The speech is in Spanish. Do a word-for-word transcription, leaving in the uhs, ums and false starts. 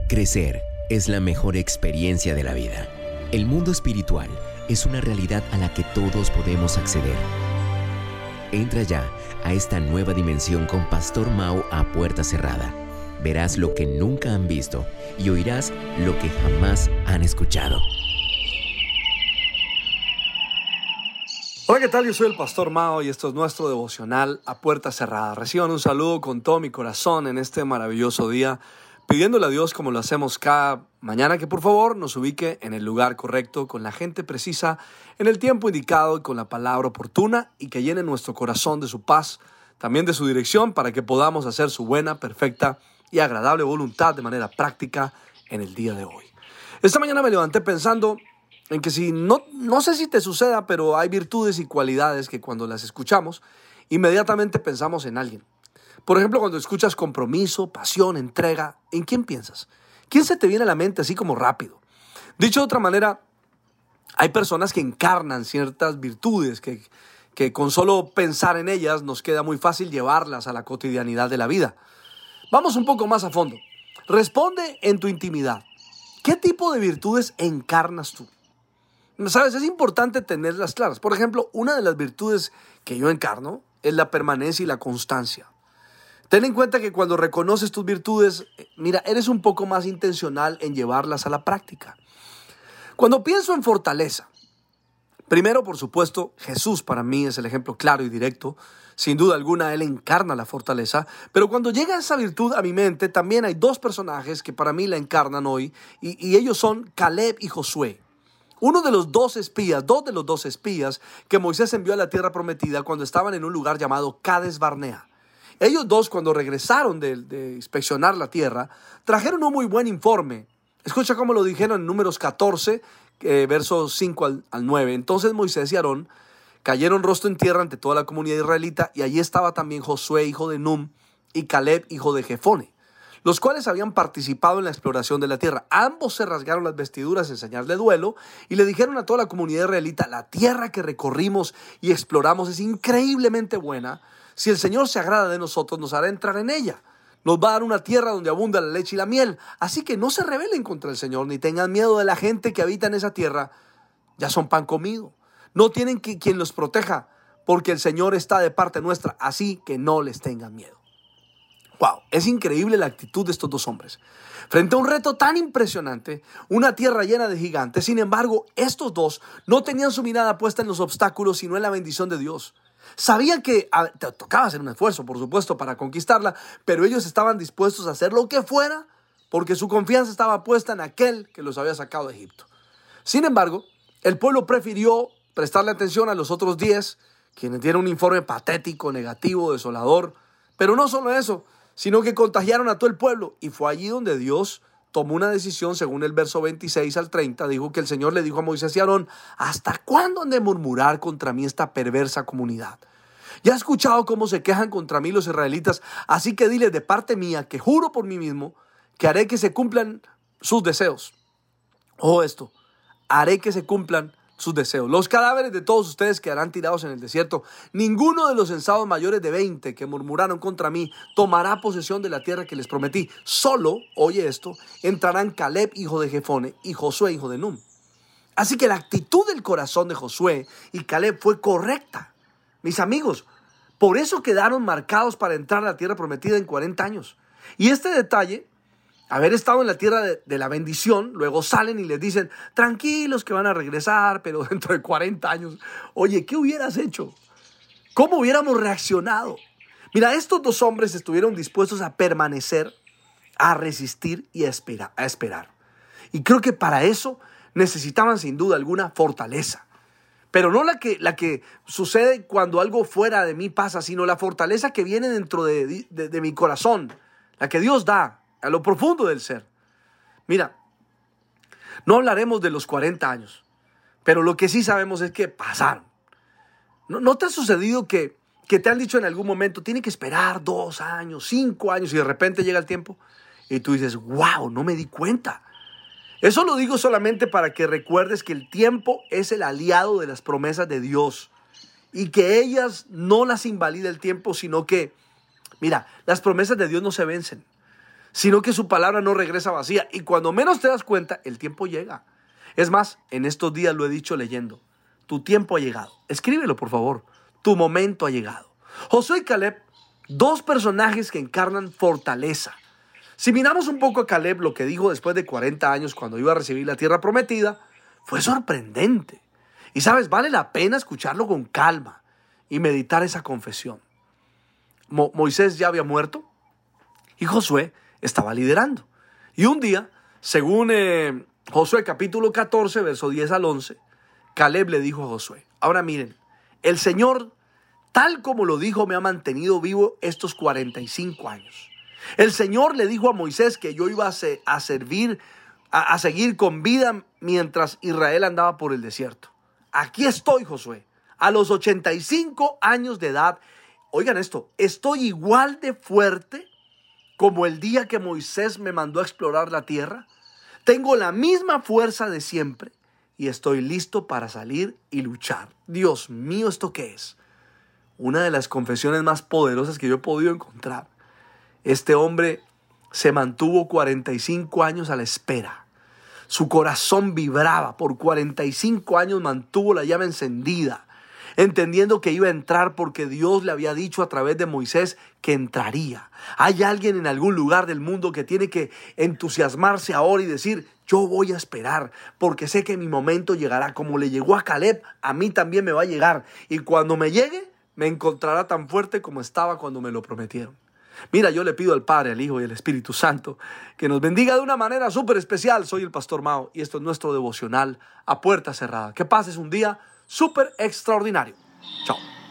Crecer es la mejor experiencia de la vida. El mundo espiritual es una realidad a la que todos podemos acceder. Entra ya a esta nueva dimensión con Pastor Mau a puerta cerrada. Verás lo que nunca han visto y oirás lo que jamás han escuchado. Hola, ¿qué tal? Yo soy el Pastor Mao y esto es nuestro devocional a puerta cerrada. Reciban un saludo con todo mi corazón en este maravilloso día, pidiéndole a Dios, como lo hacemos cada mañana, que por favor nos ubique en el lugar correcto, con la gente precisa, en el tiempo indicado y con la palabra oportuna, y que llene nuestro corazón de su paz, también de su dirección, para que podamos hacer su buena, perfecta y agradable voluntad de manera práctica en el día de hoy. Esta mañana me levanté pensando en que si no, no sé si te suceda, pero hay virtudes y cualidades que cuando las escuchamos, inmediatamente pensamos en alguien. Por ejemplo, cuando escuchas compromiso, pasión, entrega, ¿en quién piensas? ¿Quién se te viene a la mente así como rápido? Dicho de otra manera, hay personas que encarnan ciertas virtudes que, que con solo pensar en ellas nos queda muy fácil llevarlas a la cotidianidad de la vida. Vamos un poco más a fondo. Responde en tu intimidad. ¿Qué tipo de virtudes encarnas tú? ¿Sabes? Es importante tenerlas claras. Por ejemplo, una de las virtudes que yo encarno es la permanencia y la constancia. Ten en cuenta que cuando reconoces tus virtudes, mira, eres un poco más intencional en llevarlas a la práctica. Cuando pienso en fortaleza, primero, por supuesto, Jesús para mí es el ejemplo claro y directo. Sin duda alguna, Él encarna la fortaleza. Pero cuando llega esa virtud a mi mente, también hay dos personajes que para mí la encarnan hoy. Y, y ellos son Caleb y Josué. Uno de los dos espías, dos de los dos espías que Moisés envió a la tierra prometida cuando estaban en un lugar llamado Cades Barnea. Ellos dos, cuando regresaron de, de inspeccionar la tierra, trajeron un muy buen informe. Escucha cómo lo dijeron en Números catorce, eh, versos cinco al, al nueve. Entonces Moisés y Aarón cayeron rostro en tierra ante toda la comunidad israelita, y allí estaba también Josué, hijo de Num, y Caleb, hijo de Jefone, los cuales habían participado en la exploración de la tierra. Ambos se rasgaron las vestiduras en señal de duelo y le dijeron a toda la comunidad israelita: la tierra que recorrimos y exploramos es increíblemente buena. Si el Señor se agrada de nosotros, nos hará entrar en ella. Nos va a dar una tierra donde abunda la leche y la miel. Así que no se rebelen contra el Señor, ni tengan miedo de la gente que habita en esa tierra. Ya son pan comido. No tienen que, quien los proteja, porque el Señor está de parte nuestra. Así que no les tengan miedo. Wow, es increíble la actitud de estos dos hombres. Frente a un reto tan impresionante, una tierra llena de gigantes, sin embargo, estos dos no tenían su mirada puesta en los obstáculos, sino en la bendición de Dios. Sabían que a, te tocaba hacer un esfuerzo, por supuesto, para conquistarla, pero ellos estaban dispuestos a hacer lo que fuera, porque su confianza estaba puesta en aquel que los había sacado de Egipto. Sin embargo, el pueblo prefirió prestarle atención a los otros diez, quienes dieron un informe patético, negativo, desolador. Pero no solo eso, sino que contagiaron a todo el pueblo. Y fue allí donde Dios tomó una decisión. Según el verso veintiséis al treinta, dijo que el Señor le dijo a Moisés y Aarón: ¿hasta cuándo han de murmurar contra mí esta perversa comunidad? Ya he escuchado cómo se quejan contra mí los israelitas, así que diles de parte mía, que juro por mí mismo, que haré que se cumplan sus deseos. Ojo esto, haré que se cumplan sus deseos. Los cadáveres de todos ustedes quedarán tirados en el desierto. Ninguno de los censados mayores de veinte que murmuraron contra mí tomará posesión de la tierra que les prometí. Solo, oye esto, entrarán Caleb, hijo de Jefone, y Josué, hijo de Num. Así que la actitud del corazón de Josué y Caleb fue correcta. Mis amigos, por eso quedaron marcados para entrar a la tierra prometida en cuarenta años. Y este detalle, haber estado en la tierra de, de la bendición, luego salen y les dicen: tranquilos que van a regresar, pero dentro de cuarenta años. Oye, ¿qué hubieras hecho? ¿Cómo hubiéramos reaccionado? Mira, estos dos hombres estuvieron dispuestos a permanecer, a resistir y a esperar, a esperar. Y creo que para eso necesitaban sin duda alguna fortaleza. Pero no la que, la que sucede cuando algo fuera de mí pasa, sino la fortaleza que viene dentro de, de, de mi corazón, la que Dios da a lo profundo del ser. Mira, no hablaremos de los cuarenta años, pero lo que sí sabemos es que pasaron. ¿No, no te ha sucedido que, que te han dicho en algún momento: tiene que esperar dos años, cinco años, y de repente llega el tiempo y tú dices: wow, no me di cuenta? Eso lo digo solamente para que recuerdes que el tiempo es el aliado de las promesas de Dios y que ellas no las invalida el tiempo, sino que, mira, las promesas de Dios no se vencen. sino que su palabra no regresa vacía. Y cuando menos te das cuenta, el tiempo llega. Es más, en estos días lo he dicho leyendo. Tu tiempo ha llegado. Escríbelo, por favor. Tu momento ha llegado. Josué y Caleb, dos personajes que encarnan fortaleza. Si miramos un poco a Caleb, lo que dijo después de cuarenta años cuando iba a recibir la tierra prometida, fue sorprendente. Y sabes, vale la pena escucharlo con calma y meditar esa confesión. Mo- Moisés ya había muerto y Josué estaba liderando. Y un día, según eh, Josué capítulo catorce, verso diez al once, Caleb le dijo a Josué: ahora miren, el Señor, tal como lo dijo, me ha mantenido vivo estos cuarenta y cinco años. El Señor le dijo a Moisés que yo iba a, se, a servir, a, a seguir con vida mientras Israel andaba por el desierto. Aquí estoy, Josué, a los ochenta y cinco años de edad. Oigan esto, estoy igual de fuerte como el día que Moisés me mandó a explorar la tierra. Tengo la misma fuerza de siempre y estoy listo para salir y luchar. Dios mío, ¿esto qué es? Una de las confesiones más poderosas que yo he podido encontrar. Este hombre se mantuvo cuarenta y cinco años a la espera. Su corazón vibraba. Por cuarenta y cinco años mantuvo la llama encendida, entendiendo que iba a entrar porque Dios le había dicho a través de Moisés que entraría. Hay alguien en algún lugar del mundo que tiene que entusiasmarse ahora y decir: yo voy a esperar porque sé que mi momento llegará. Como le llegó a Caleb, a mí también me va a llegar. Y cuando me llegue, me encontrará tan fuerte como estaba cuando me lo prometieron. Mira, yo le pido al Padre, al Hijo y al Espíritu Santo que nos bendiga de una manera súper especial. Soy el Pastor Mao y esto es nuestro devocional a puerta cerrada. Que pases un día súper extraordinario. Chao.